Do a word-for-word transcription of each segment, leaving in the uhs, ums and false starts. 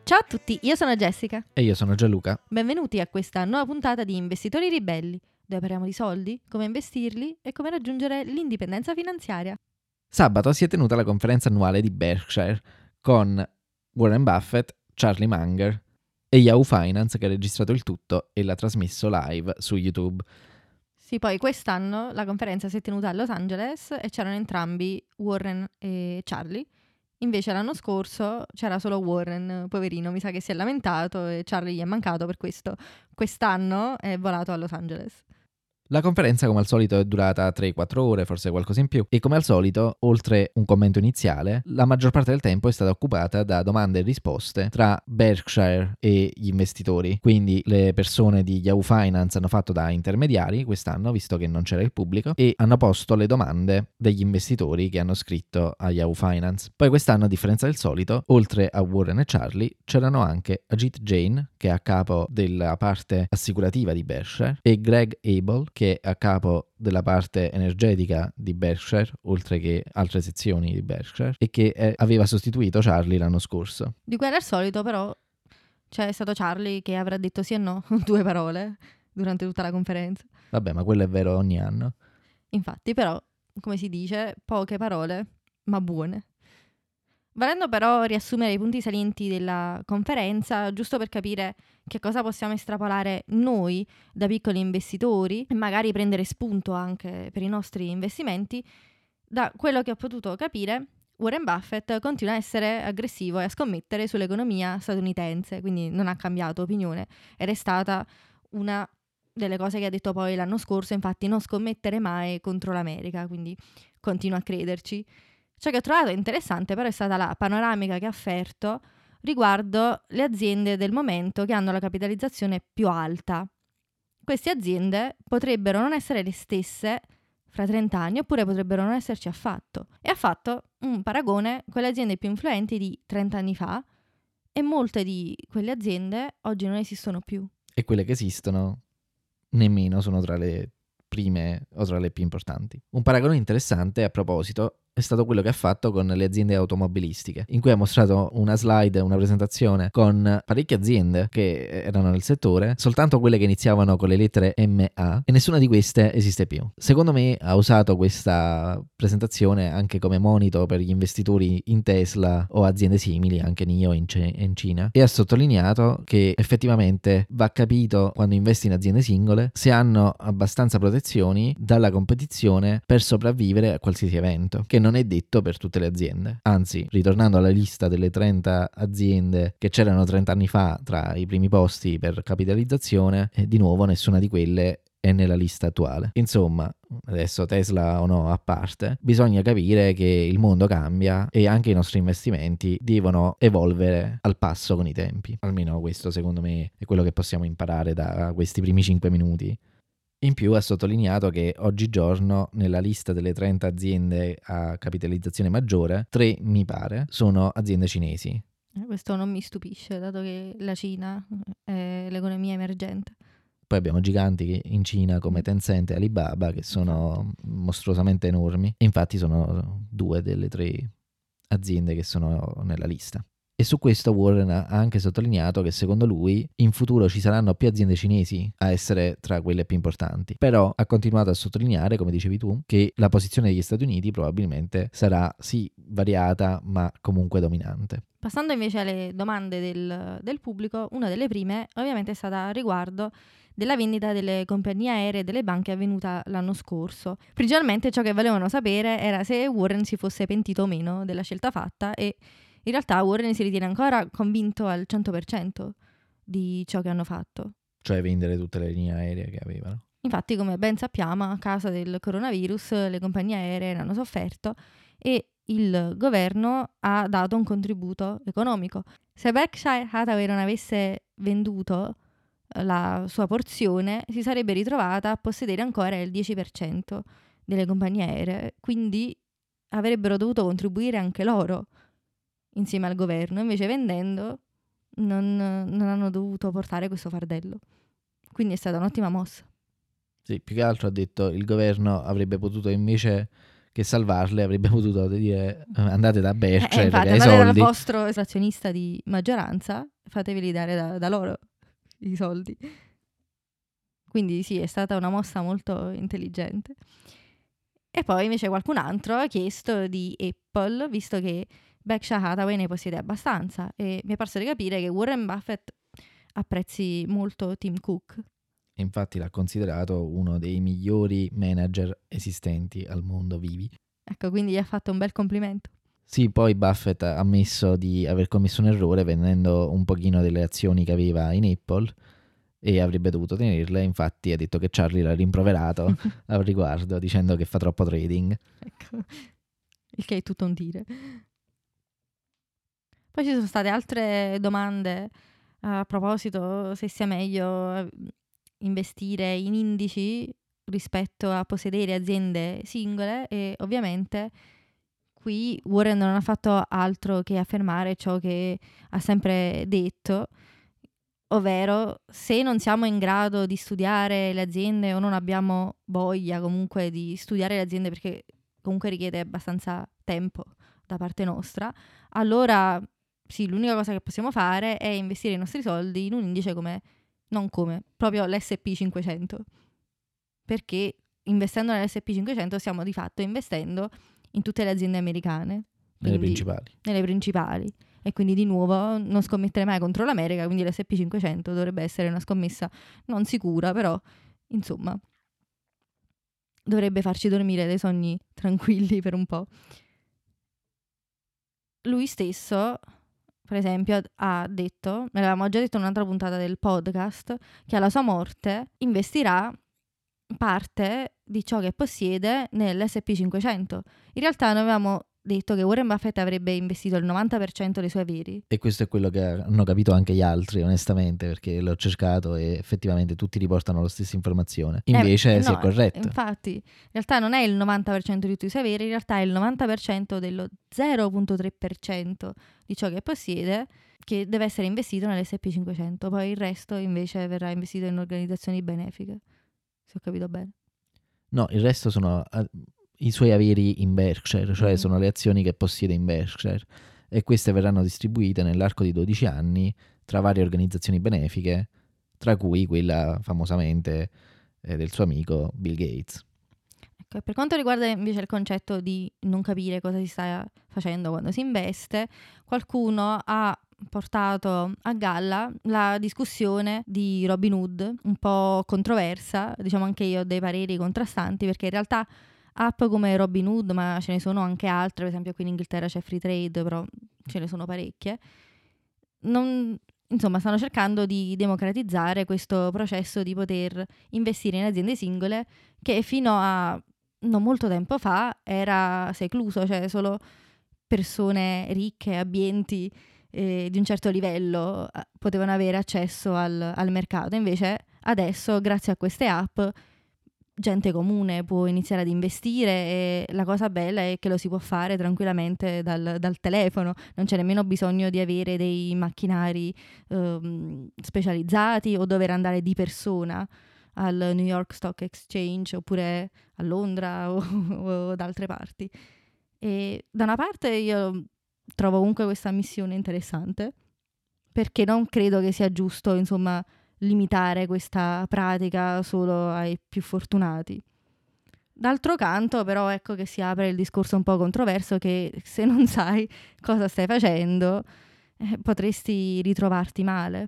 Ciao a tutti, io sono Jessica. E io sono Gianluca. Benvenuti a questa nuova puntata di Investitori Ribelli, dove parliamo di soldi, come investirli e come raggiungere l'indipendenza finanziaria. Sabato si è tenuta la conferenza annuale di Berkshire con Warren Buffett, Charlie Munger e Yahoo Finance, che ha registrato il tutto e l'ha trasmesso live su YouTube. Sì, poi quest'anno la conferenza si è tenuta a Los Angeles e c'erano entrambi Warren e Charlie. Invece l'anno scorso c'era solo Warren, poverino, mi sa che si è lamentato e Charlie gli è mancato, per questo quest'anno è volato a Los Angeles. La conferenza, come al solito, è durata tre quattro ore, forse qualcosa in più, e come al solito, oltre un commento iniziale, la maggior parte del tempo è stata occupata da domande e risposte tra Berkshire e gli investitori. Quindi le persone di Yahoo Finance hanno fatto da intermediari quest'anno, visto che non c'era il pubblico, e hanno posto le domande degli investitori che hanno scritto a Yahoo Finance. Poi quest'anno, a differenza del solito, oltre a Warren e Charlie, c'erano anche Ajit Jain, che è a capo della parte assicurativa di Berkshire, e Greg Abel, che è a capo della parte energetica di Berkshire, oltre che altre sezioni di Berkshire, e che è, aveva sostituito Charlie l'anno scorso. Di cui era il solito, però c'è stato Charlie che avrà detto sì e no, due parole, durante tutta la conferenza. Vabbè, ma quello è vero ogni anno. Infatti, però, come si dice, poche parole, ma buone. Volendo però riassumere i punti salienti della conferenza, giusto per capire che cosa possiamo estrapolare noi da piccoli investitori e magari prendere spunto anche per i nostri investimenti, da quello che ho potuto capire, Warren Buffett continua a essere aggressivo e a scommettere sull'economia statunitense, quindi non ha cambiato opinione ed è stata una delle cose che ha detto poi l'anno scorso, infatti non scommettere mai contro l'America, quindi continua a crederci. Ciò che ho trovato interessante però è stata la panoramica che ha offerto riguardo le aziende del momento che hanno la capitalizzazione più alta. Queste aziende potrebbero non essere le stesse fra trenta anni oppure potrebbero non esserci affatto. E ha fatto un paragone con le aziende più influenti di trenta anni fa e molte di quelle aziende oggi non esistono più. E quelle che esistono nemmeno sono tra le prime o tra le più importanti. Un paragone interessante a proposito è stato quello che ha fatto con le aziende automobilistiche, in cui ha mostrato una slide, una presentazione con parecchie aziende che erano nel settore, soltanto quelle che iniziavano con le lettere M A, e nessuna di queste esiste più. Secondo me ha usato questa presentazione anche come monito per gli investitori in Tesla o aziende simili, anche N I O in, C- in Cina, e ha sottolineato che effettivamente va capito, quando investi in aziende singole, se hanno abbastanza protezioni dalla competizione per sopravvivere a qualsiasi evento, che non è detto per tutte le aziende. Anzi, ritornando alla lista delle trenta aziende che c'erano trenta anni fa tra i primi posti per capitalizzazione, eh, di nuovo nessuna di quelle è nella lista attuale. Insomma, adesso Tesla o no a parte, bisogna capire che il mondo cambia e anche i nostri investimenti devono evolvere al passo con i tempi. Almeno questo, secondo me, è quello che possiamo imparare da questi primi cinque minuti. In più ha sottolineato che oggigiorno nella lista delle trenta aziende a capitalizzazione maggiore, tre mi pare, sono aziende cinesi. Eh, questo non mi stupisce, dato che la Cina è l'economia emergente. Poi abbiamo giganti in Cina come Tencent e Alibaba, che sono mostruosamente enormi, e infatti sono due delle tre aziende che sono nella lista. E su questo Warren ha anche sottolineato che secondo lui in futuro ci saranno più aziende cinesi a essere tra quelle più importanti. Però ha continuato a sottolineare, come dicevi tu, che la posizione degli Stati Uniti probabilmente sarà sì variata ma comunque dominante. Passando invece alle domande del, del pubblico, una delle prime ovviamente è stata a riguardo della vendita delle compagnie aeree e delle banche avvenuta l'anno scorso. Principalmente ciò che volevano sapere era se Warren si fosse pentito o meno della scelta fatta, e in realtà Warren si ritiene ancora convinto al cento per cento di ciò che hanno fatto. Cioè vendere tutte le linee aeree che avevano. Infatti, come ben sappiamo, a causa del coronavirus le compagnie aeree hanno sofferto e il governo ha dato un contributo economico. Se Berkshire Hathaway non avesse venduto la sua porzione, si sarebbe ritrovata a possedere ancora il dieci per cento delle compagnie aeree, quindi avrebbero dovuto contribuire anche loro insieme al governo, invece vendendo non, non hanno dovuto portare questo fardello. Quindi è stata un'ottima mossa. Sì, più che altro ha detto il governo avrebbe potuto invece che salvarle avrebbe potuto dire eh, andate da Eh, Berkshire infatti, che ha i andate dal soldi. vostro azionista di maggioranza, fateveli dare da, da loro i soldi. Quindi sì, è stata una mossa molto intelligente. E poi invece qualcun altro ha chiesto di Apple, visto che Berkshire Hathaway ne possiede abbastanza, e mi è parso di capire che Warren Buffett apprezzi molto Tim Cook. Infatti l'ha considerato uno dei migliori manager esistenti al mondo vivi. Ecco, quindi gli ha fatto un bel complimento. Sì, poi Buffett ha ammesso di aver commesso un errore vendendo un pochino delle azioni che aveva in Apple e avrebbe dovuto tenerle, infatti ha detto che Charlie l'ha rimproverato al riguardo dicendo che fa troppo trading. Ecco, il che è tutto un dire. Poi ci sono state altre domande a proposito se sia meglio eh, investire in indici rispetto a possedere aziende singole, e ovviamente qui Warren non ha fatto altro che affermare ciò che ha sempre detto, ovvero se non siamo in grado di studiare le aziende o non abbiamo voglia comunque di studiare le aziende, perché comunque richiede abbastanza tempo da parte nostra, allora sì, l'unica cosa che possiamo fare è investire i nostri soldi in un indice come, non come, proprio l'esse and pi cinquecento, perché investendo nell'esse and pi cinquecento stiamo di fatto investendo in tutte le aziende americane, Nelle quindi principali. nelle principali, e quindi di nuovo non scommettere mai contro l'America, quindi l'esse and pi cinquecento dovrebbe essere una scommessa non sicura, però insomma dovrebbe farci dormire dei sogni tranquilli per un po'. Lui stesso, per esempio, ha detto, me l'avevamo già detto in un'altra puntata del podcast, che alla sua morte investirà parte di ciò che possiede nell'esse and pi cinquecento. In realtà noi avevamo detto che Warren Buffett avrebbe investito il novanta per cento dei suoi averi. E questo è quello che hanno capito anche gli altri, onestamente, perché l'ho cercato e effettivamente tutti riportano la stessa informazione. Invece Eh, si no, è corretto. Infatti, in realtà non è il novanta per cento di tutti i suoi averi, in realtà è il novanta per cento dello zero virgola tre per cento di ciò che possiede che deve essere investito nell'esse and pi cinquecento. Poi il resto invece verrà investito in organizzazioni benefiche. Se ho capito bene. No, il resto sono uh, i suoi averi in Berkshire, cioè Mm. sono le azioni che possiede in Berkshire, e queste verranno distribuite nell'arco di dodici anni tra varie organizzazioni benefiche, tra cui quella famosamente eh, del suo amico Bill Gates. Ecco, per quanto riguarda invece il concetto di non capire cosa si sta facendo quando si investe, qualcuno ha portato a galla la discussione di Robin Hood, un po' controversa, diciamo anche io ho dei pareri contrastanti, perché in realtà app come Robin Hood, ma ce ne sono anche altre, per esempio qui in Inghilterra c'è Free Trade, però ce ne sono parecchie, non, insomma stanno cercando di democratizzare questo processo di poter investire in aziende singole che fino a non molto tempo fa era secluso, cioè solo persone ricche, abbienti, eh, di un certo livello eh, potevano avere accesso al, al mercato. Invece adesso, grazie a queste app, gente comune può iniziare ad investire, e la cosa bella è che lo si può fare tranquillamente dal, dal telefono, non c'è nemmeno bisogno di avere dei macchinari ehm, specializzati o dover andare di persona al New York Stock Exchange oppure a Londra o, o da altre parti. E da una parte io trovo comunque questa missione interessante, perché non credo che sia giusto, insomma, limitare questa pratica solo ai più fortunati. D'altro canto, però, ecco che si apre il discorso un po' controverso che se non sai cosa stai facendo, eh, potresti ritrovarti male.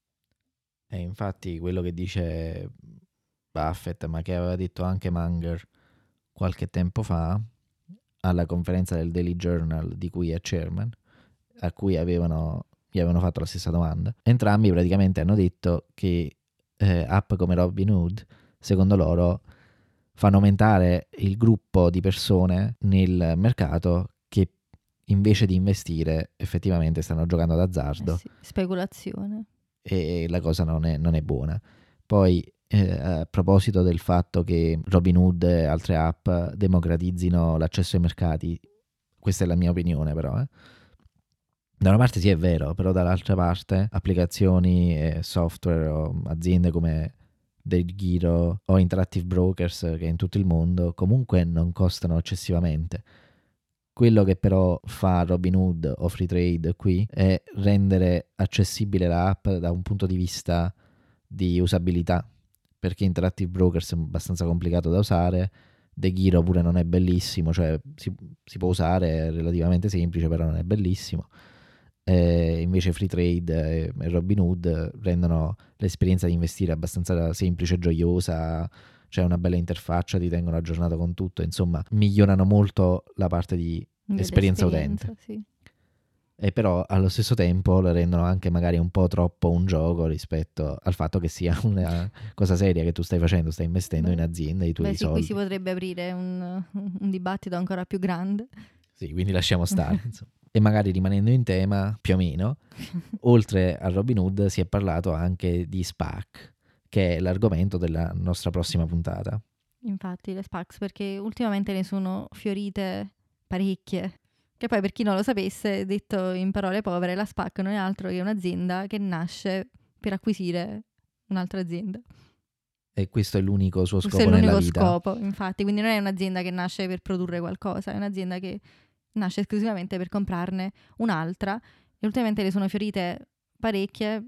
E infatti quello che dice Buffett, ma che aveva detto anche Munger qualche tempo fa alla conferenza del Daily Journal di cui è chairman, a cui avevano, gli avevano fatto la stessa domanda, entrambi praticamente hanno detto che eh, app come Robinhood, secondo loro, fanno aumentare il gruppo di persone nel mercato che invece di investire effettivamente stanno giocando d'azzardo. Eh sì, speculazione. E la cosa non è, non è buona. Poi eh, a proposito del fatto che Robinhood e altre app democratizzino l'accesso ai mercati, questa è la mia opinione però, eh. Da una parte sì è vero, però dall'altra parte applicazioni e software o aziende come De Giro o Interactive Brokers che in tutto il mondo comunque non costano eccessivamente. Quello che però fa Robinhood o Freetrade qui è rendere accessibile l'app da un punto di vista di usabilità, perché Interactive Brokers è abbastanza complicato da usare, De Giro pure non è bellissimo, cioè si, si può usare, è relativamente semplice, però non è bellissimo. Eh, invece Freetrade e Robinhood rendono l'esperienza di investire abbastanza semplice e gioiosa, c'è una bella interfaccia, ti tengono aggiornato con tutto, insomma migliorano molto la parte di esperienza utente. Sì. E però allo stesso tempo lo rendono anche magari un po' troppo un gioco rispetto al fatto che sia una cosa seria che tu stai facendo, stai investendo Beh, in aziende i tuoi beh, sì, soldi. qui si potrebbe aprire un, un dibattito ancora più grande. Sì, quindi lasciamo stare. Insomma. E magari rimanendo in tema, più o meno, oltre a Robinhood si è parlato anche di SPAC, che è l'argomento della nostra prossima puntata. Infatti le SPACs, perché ultimamente ne sono fiorite parecchie. Che poi per chi non lo sapesse, detto in parole povere, la SPAC non è altro che un'azienda che nasce per acquisire un'altra azienda. E questo è l'unico suo Questo scopo è l'unico nella vita. scopo, infatti, quindi non è un'azienda che nasce per produrre qualcosa, è un'azienda che nasce esclusivamente per comprarne un'altra e ultimamente ne sono fiorite parecchie,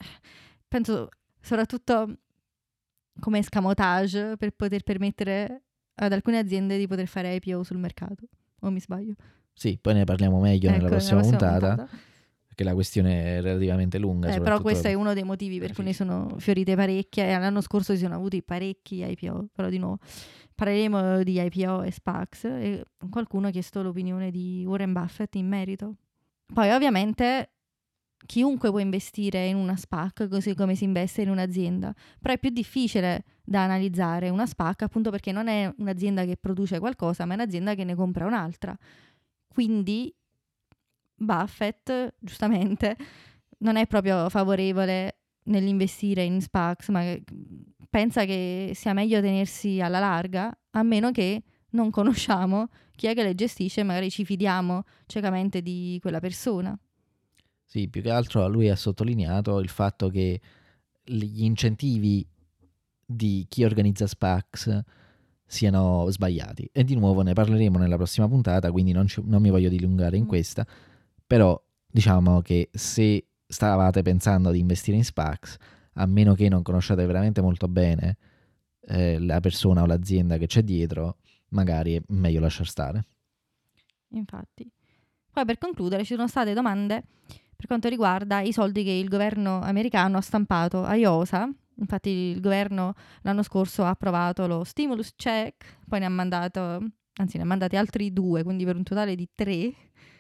penso soprattutto come escamotage per poter permettere ad alcune aziende di poter fare I P O sul mercato, o mi sbaglio? Sì, poi ne parliamo meglio Ecco, nella prossima, nella prossima puntata, puntata. perché la questione è relativamente lunga. Eh, però questo è uno dei motivi per cui ne sono fiorite parecchie e l'anno scorso si sono avuti parecchi I P O, però di nuovo parleremo di I P O e SPACs e qualcuno ha chiesto l'opinione di Warren Buffett in merito. Poi ovviamente chiunque può investire in una SPAC così come si investe in un'azienda, però è più difficile da analizzare una SPAC appunto perché non è un'azienda che produce qualcosa ma è un'azienda che ne compra un'altra. Quindi Buffett giustamente non è proprio favorevole nell'investire in SPACs, ma pensa che sia meglio tenersi alla larga, a meno che non conosciamo chi è che le gestisce e magari ci fidiamo ciecamente di quella persona. Sì, più che altro lui ha sottolineato il fatto che gli incentivi di chi organizza SPACs siano sbagliati. E di nuovo ne parleremo nella prossima puntata, quindi non, ci, non mi voglio dilungare in Mm. questa, però diciamo che se stavate pensando di investire in SPACs, a meno che non conosciate veramente molto bene eh, la persona o l'azienda che c'è dietro, magari è meglio lasciar stare. Infatti. Poi per concludere ci sono state domande per quanto riguarda i soldi che il governo americano ha stampato a I O S A. Infatti il governo l'anno scorso ha approvato lo stimulus check, poi ne ha mandato, anzi ne ha mandati altri due, quindi per un totale di tre,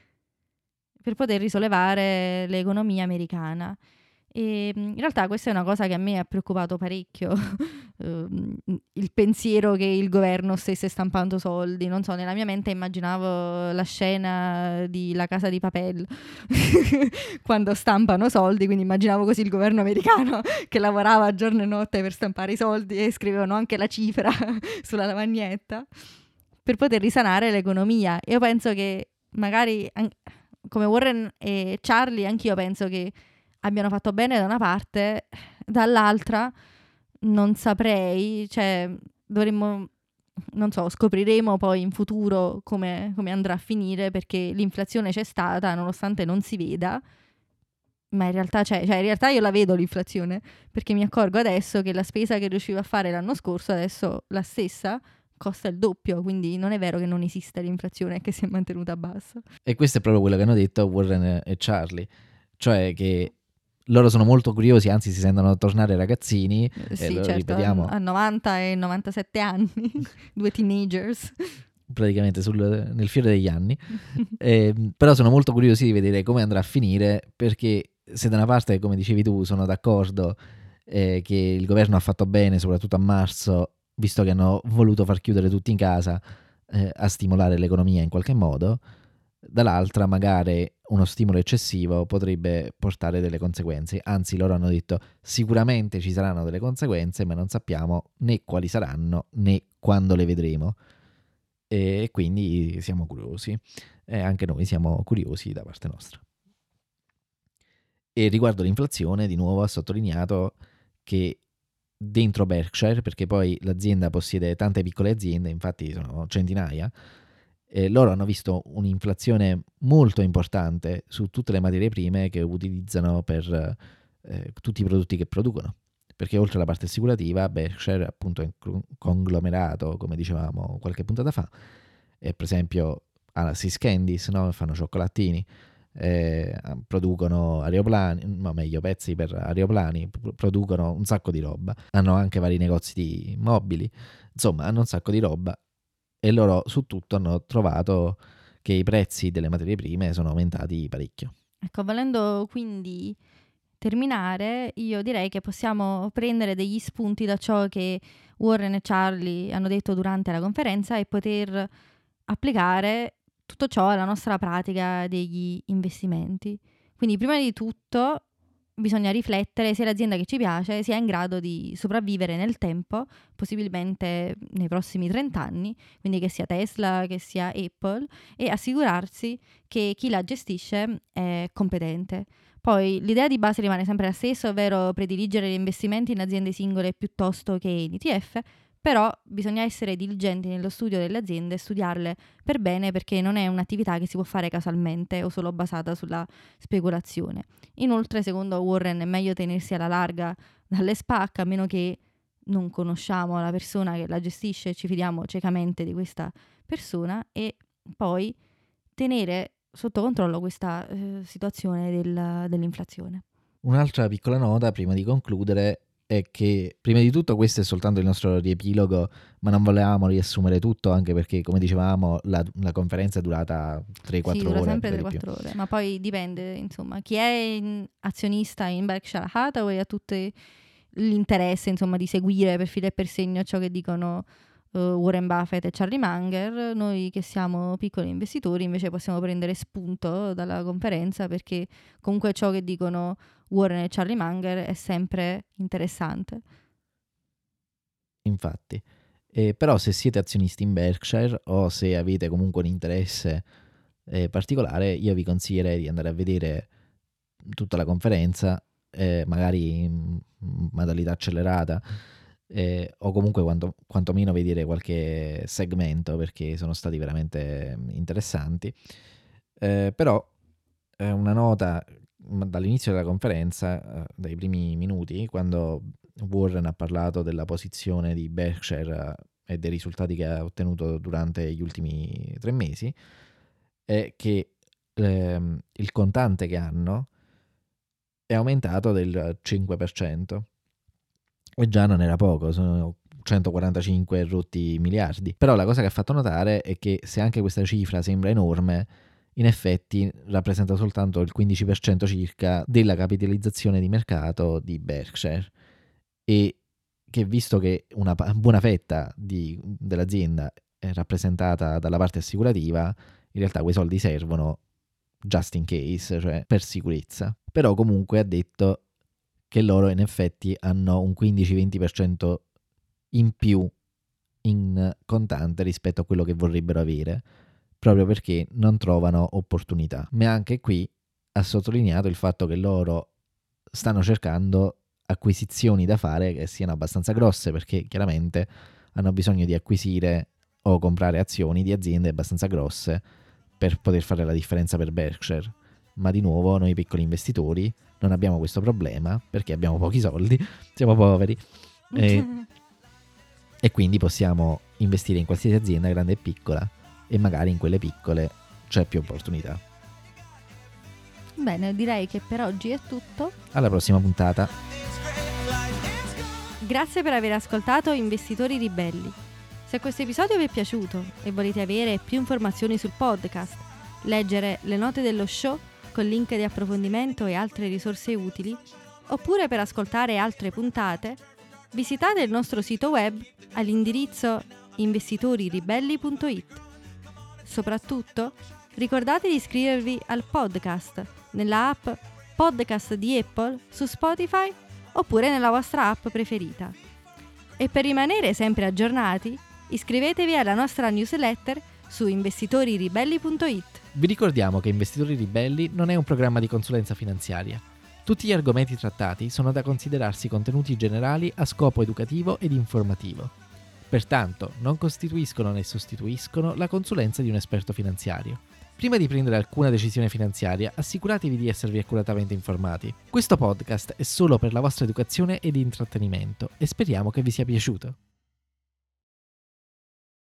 per poter risollevare l'economia americana. E in realtà questa è una cosa che a me ha preoccupato parecchio, il pensiero che il governo stesse stampando soldi. Non so, nella mia mente immaginavo la scena di La Casa di Papel quando stampano soldi, quindi immaginavo così il governo americano che lavorava giorno e notte per stampare i soldi e scrivevano anche la cifra sulla lavagnetta per poter risanare l'economia. Io penso che magari an- come Warren e Charlie anch'io penso che abbiano fatto bene da una parte, dall'altra non saprei, cioè dovremmo, non so, scopriremo poi in futuro come, come andrà a finire, perché l'inflazione c'è stata nonostante non si veda, ma in realtà c'è, cioè in realtà io la vedo l'inflazione, perché mi accorgo adesso che la spesa che riuscivo a fare l'anno scorso adesso la stessa costa il doppio, quindi non è vero che non esiste l'inflazione e che si è mantenuta bassa. E questo è proprio quello che hanno detto Warren e Charlie, cioè che loro sono molto curiosi, anzi si sentono tornare ragazzini. Eh, e sì, lo certo, ripetiamo a, a novanta e novantasette anni, due teenagers. praticamente sul, nel fiore degli anni. Eh, però sono molto curiosi di vedere come andrà a finire, perché se da una parte, come dicevi tu, sono d'accordo eh, che il governo ha fatto bene, soprattutto a marzo, visto che hanno voluto far chiudere tutti in casa, eh, a stimolare l'economia in qualche modo, dall'altra magari uno stimolo eccessivo potrebbe portare delle conseguenze. Anzi, loro hanno detto sicuramente ci saranno delle conseguenze, ma non sappiamo né quali saranno né quando le vedremo. E quindi siamo curiosi, e anche noi siamo curiosi da parte nostra. E riguardo l'inflazione, di nuovo ha sottolineato che dentro Berkshire, perché poi l'azienda possiede tante piccole aziende, infatti sono centinaia, e loro hanno visto un'inflazione molto importante su tutte le materie prime che utilizzano per eh, tutti i prodotti che producono. Perché oltre alla parte assicurativa, Berkshire appunto è un conglomerato, come dicevamo qualche puntata fa, e per esempio ha Seas Candies, no? Fanno cioccolatini, eh, producono aeroplani, no meglio pezzi per aeroplani, producono un sacco di roba, hanno anche vari negozi di mobili, insomma hanno un sacco di roba e loro su tutto hanno trovato che i prezzi delle materie prime sono aumentati parecchio. Ecco, volendo quindi terminare, io direi che possiamo prendere degli spunti da ciò che Warren e Charlie hanno detto durante la conferenza e poter applicare tutto ciò alla nostra pratica degli investimenti. Quindi prima di tutto bisogna riflettere se l'azienda che ci piace sia in grado di sopravvivere nel tempo, possibilmente nei prossimi trenta anni, quindi che sia Tesla, che sia Apple, e assicurarsi che chi la gestisce è competente. Poi l'idea di base rimane sempre la stessa, ovvero prediligere gli investimenti in aziende singole piuttosto che in E T F, però bisogna essere diligenti nello studio delle aziende e studiarle per bene, perché non è un'attività che si può fare casualmente o solo basata sulla speculazione. Inoltre, secondo Warren, è meglio tenersi alla larga dalle SPAC, a meno che non conosciamo la persona che la gestisce e ci fidiamo ciecamente di questa persona, e poi tenere sotto controllo questa eh, situazione del, dell'inflazione. Un'altra piccola nota prima di concludere è che prima di tutto questo è soltanto il nostro riepilogo, ma non volevamo riassumere tutto, anche perché come dicevamo la, la conferenza è durata tre quattro sì, dura ore. sempre tre quattro ore, ma poi dipende, insomma, chi è in azionista in Berkshire Hathaway ha tutto l'interesse, insomma, di seguire per filo e per segno ciò che dicono uh, Warren Buffett e Charlie Munger. Noi che siamo piccoli investitori invece possiamo prendere spunto dalla conferenza, perché comunque ciò che dicono Warren e Charlie Munger è sempre interessante. Infatti, eh, però se siete azionisti in Berkshire o se avete comunque un interesse eh, particolare, io vi consiglierei di andare a vedere tutta la conferenza, eh, magari in modalità accelerata, eh, o comunque quanto, quantomeno vedere qualche segmento, perché sono stati veramente interessanti. Eh, però eh, una nota dall'inizio della conferenza, dai primi minuti, quando Warren ha parlato della posizione di Berkshire e dei risultati che ha ottenuto durante gli ultimi tre mesi, è che ehm, il contante che hanno è aumentato del cinque per cento e già non era poco, sono centoquarantacinque rotti miliardi. Però la cosa che ha fatto notare è che se anche questa cifra sembra enorme, in effetti rappresenta soltanto il quindici per cento circa della capitalizzazione di mercato di Berkshire, e che visto che una buona fetta di, dell'azienda è rappresentata dalla parte assicurativa, in realtà quei soldi servono just in case, cioè per sicurezza. Però comunque ha detto che loro in effetti hanno un quindici-venti per cento in più in contante rispetto a quello che vorrebbero avere, proprio perché non trovano opportunità. Ma anche qui ha sottolineato il fatto che loro stanno cercando acquisizioni da fare che siano abbastanza grosse, perché chiaramente hanno bisogno di acquisire o comprare azioni di aziende abbastanza grosse per poter fare la differenza per Berkshire. Ma di nuovo noi piccoli investitori non abbiamo questo problema, perché abbiamo pochi soldi, siamo poveri e, e quindi possiamo investire in qualsiasi azienda, grande e piccola, e magari in quelle piccole c'è più opportunità. Bene, direi che per oggi è tutto. Alla prossima puntata. Grazie per aver ascoltato Investitori Ribelli. Se questo episodio vi è piaciuto e volete avere più informazioni sul podcast, leggere le note dello show con link di approfondimento e altre risorse utili, oppure per ascoltare altre puntate, visitate il nostro sito web all'indirizzo investitoriribelli punto it. Soprattutto, ricordate di iscrivervi al podcast nella app Podcast di Apple su Spotify oppure nella vostra app preferita. E per rimanere sempre aggiornati, iscrivetevi alla nostra newsletter su investitoriribelli punto it. Vi ricordiamo che Investitori Ribelli non è un programma di consulenza finanziaria. Tutti gli argomenti trattati sono da considerarsi contenuti generali a scopo educativo ed informativo. Pertanto, non costituiscono né sostituiscono la consulenza di un esperto finanziario. Prima di prendere alcuna decisione finanziaria, assicuratevi di esservi accuratamente informati. Questo podcast è solo per la vostra educazione ed intrattenimento e speriamo che vi sia piaciuto.